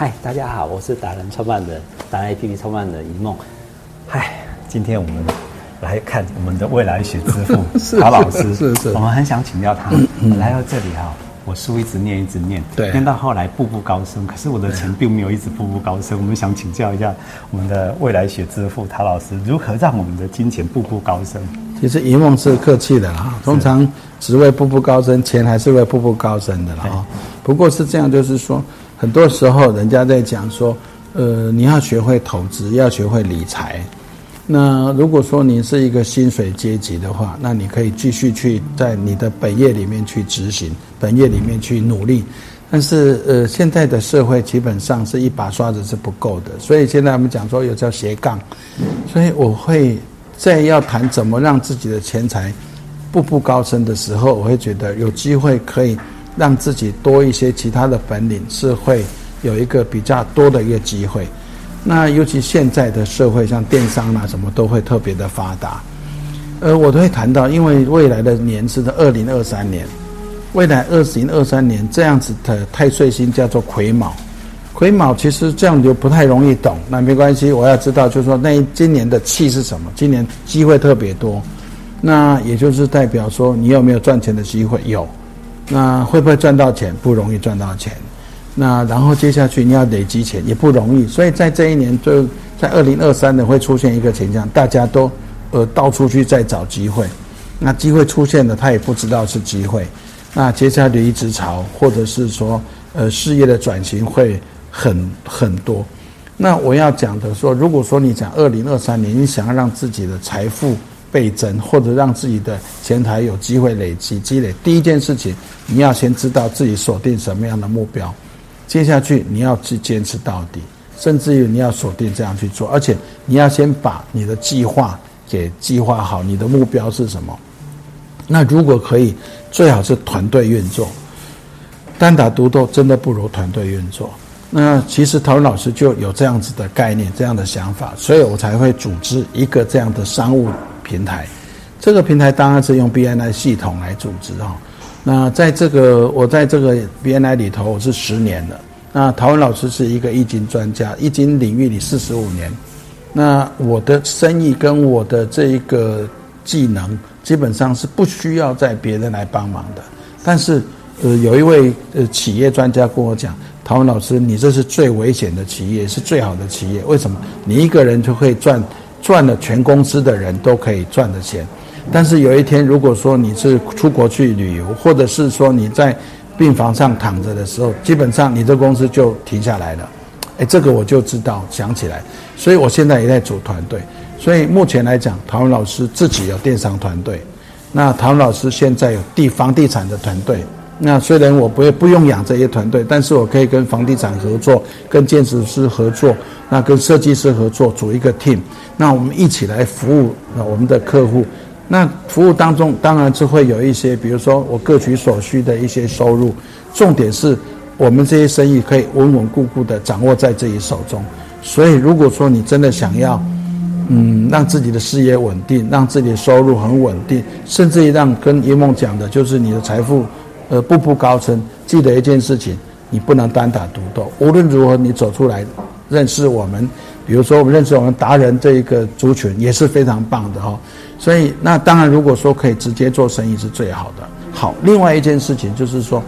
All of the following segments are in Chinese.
嗨，大家好，我是达人创办人，达人 APP 创办人一梦。嗨，今天我们来看我们的未来学之父陶老师， 是， 我们很想请教他。来到这里哈，我书一直念， 对， 念到后来步步高升，可是我的钱并没有一直步步高升。我们想请教一下我们的未来学之父陶老师，如何让我们的金钱步步高升？ 其实一梦是客气的啦，通常只为步步高升，钱还是会步步高升的啦。不过是这样，就是说，很多时候人家在讲说，你要学会投资，要学会理财。那如果说你是一个薪水阶级的话，那你可以继续去在你的本业里面去执行，本业里面去努力。但是现在的社会基本上是一把刷子是不够的，所以现在我们讲说有叫斜杠，所以我会在要谈怎么让自己的钱财步步高升的时候，我会觉得有机会可以让自己多一些其他的本领，是会有一个比较多的一个机会。那尤其现在的社会，像电商啊什么都会特别的发达。我都会谈到，因为未来的年是2023年，未来2023年这样子的太岁星叫做癸卯。癸卯其实这样就不太容易懂，那没关系，我要知道就是说今年的气是什么，今年机会特别多，那也就是代表说你有没有赚钱的机会？有。那会不会赚到钱？不容易赚到钱。那然后接下去你要累积钱也不容易，所以在这一年就在2023年会出现一个情况，大家都到处去在找机会，那机会出现了他也不知道是机会，那接下来离职潮或者是说事业的转型会很多。那我要讲的说，如果说你讲2023年你想要让自己的财富倍增，或者让自己的钱财有机会积累，第一件事情你要先知道自己锁定什么样的目标，接下去你要去坚持到底，甚至于你要锁定这样去做，而且你要先把你的计划给计划好，你的目标是什么。那如果可以，最好是团队运作，单打独斗真的不如团队运作。那其实陶文老师就有这样子的概念，这样的想法，所以我才会组织一个这样的商务平台。这个平台当然是用 BNI 系统来组织哈。那我在这个 BNI 里头我是10年了。那陶文老师是一个易经专家，易经领域里45年。那我的生意跟我的这一个技能基本上是不需要在别人来帮忙的。但是有一位企业专家跟我讲，陶文老师，你这是最危险的企业，是最好的企业。为什么？你一个人就可以赚了全公司的人都可以赚的钱。但是有一天，如果说你是出国去旅游，或者是说你在病房上躺着的时候，基本上你这公司就停下来了。这个我就知道，想起来。所以我现在也在组团队。所以目前来讲，陶文老师自己有电商团队，那陶文老师现在有房地产的团队。那虽然我不用养这些团队，但是我可以跟房地产合作，跟建筑师合作，那跟设计师合作，组一个 team， 那我们一起来服务我们的客户。那服务当中当然是会有一些，比如说我各取所需的一些收入，重点是我们这些生意可以稳稳固固的掌握在自己手中。所以如果说你真的想要让自己的事业稳定，让自己的收入很稳定，甚至于让跟一梦讲的就是你的财富步步高升，记得一件事情，你不能单打独斗。无论如何你走出来认识我们，比如说我们认识我们达人这一个族群也是非常棒的哈。所以那当然如果说可以直接做生意是最好的。好，另外一件事情就是说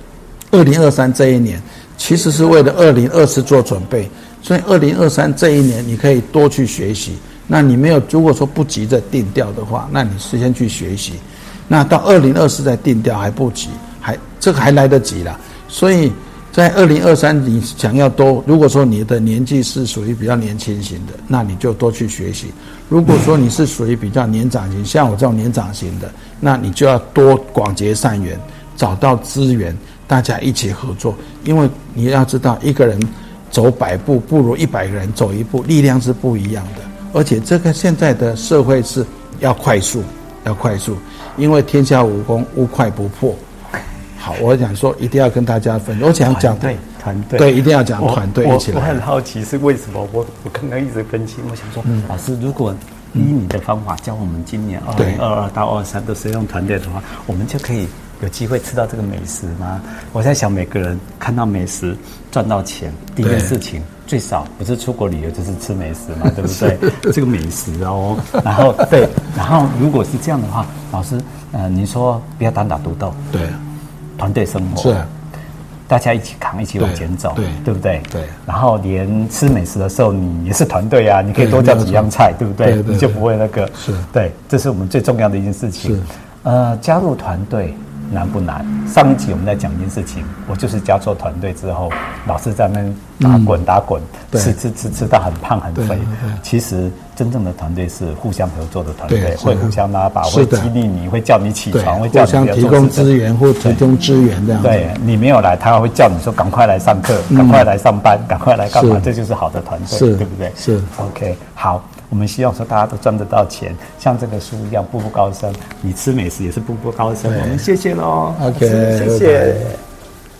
2023这一年其实是为了2024做准备，所以2023这一年你可以多去学习。那你如果说不急着定调的话，那你先去学习，那到2024再定调还不急，这个还来得及啦。所以在2023你想要如果说你的年纪是属于比较年轻型的，那你就多去学习。如果说你是属于比较年长型，像我这种年长型的，那你就要多广结善缘，找到资源，大家一起合作。因为你要知道，一个人走100步不如100个人走1步，力量是不一样的。而且这个现在的社会是要快速，因为天下武功无快不破。好，我想说一定要跟大家分享，我想讲团队，对，一定要讲团队一起来。 我很好奇是为什么，我刚刚一直分析，我想说，老师，如果以你的方法教我们今年2022到23都是用团队的话，我们就可以有机会吃到这个美食吗？我在想，每个人看到美食赚到钱，第一件事情最少不是出国旅游就是吃美食嘛，对不对？这个美食哦，然后对，然后如果是这样的话，老师，您说不要单打独斗， 对， 团队生活是。 大家一起扛，一起往前走，对不对？ 对。 然后连吃美食的时候，你也是团队啊，你可以多叫几样菜，对不对？你就不会那个。 是。 对，这是我们最重要的一件事情。 是。 加入团队难不难？上一集我们在讲一件事情，我就是加入团队之后，老是在那边打滚，吃到很胖很肥。其实真正的团队是互相合作的团队，会互相拉拔，会激励你，会叫你起床，会叫你互相提供资源或提供支援这样。 对，你没有来，他会叫你说赶快来上课，赶快来上班，赶快来干嘛？这就是好的团队，对不对？ 是 OK， 好。我们希望说大家都赚得到钱，像这个书一样步步高升。你吃美食也是步步高升。我们谢谢喽 ，OK， 谢谢。